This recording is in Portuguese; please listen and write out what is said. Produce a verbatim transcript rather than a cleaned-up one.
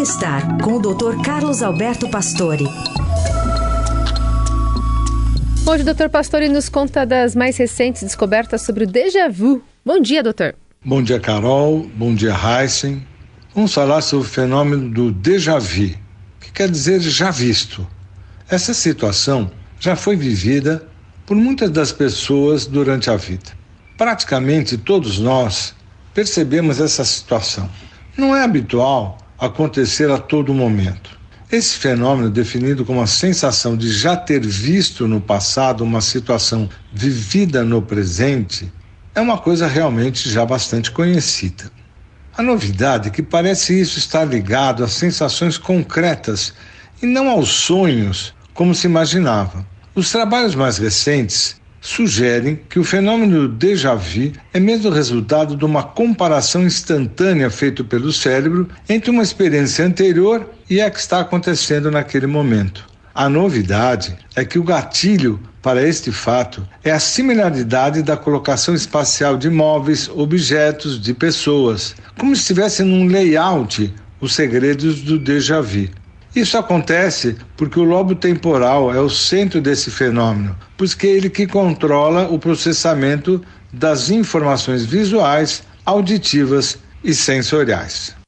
Bem-estar, com o doutor Carlos Alberto Pastore. Hoje o doutor Pastore nos conta das mais recentes descobertas sobre o déjà vu. Bom dia, doutor. Bom dia, Carol. Bom dia, Heisen. Vamos falar sobre o fenômeno do déjà vu, que quer dizer já visto. Essa situação já foi vivida por muitas das pessoas durante a vida. Praticamente todos nós percebemos essa situação. Não é habitual acontecer a todo momento. Esse fenômeno, definido como a sensação de já ter visto no passado uma situação vivida no presente, é uma coisa realmente já bastante conhecida. A novidade é que parece isso estar ligado a sensações concretas e não aos sonhos, como se imaginava. Os trabalhos mais recentes sugerem que o fenômeno do déjà vu é mesmo resultado de uma comparação instantânea feita pelo cérebro entre uma experiência anterior e a que está acontecendo naquele momento. A novidade é que o gatilho para este fato é a similaridade da colocação espacial de móveis, objetos, de pessoas, como se estivesse num layout os segredos do déjà vu. Isso acontece porque o lobo temporal é o centro desse fenômeno, pois que é ele que controla o processamento das informações visuais, auditivas e sensoriais.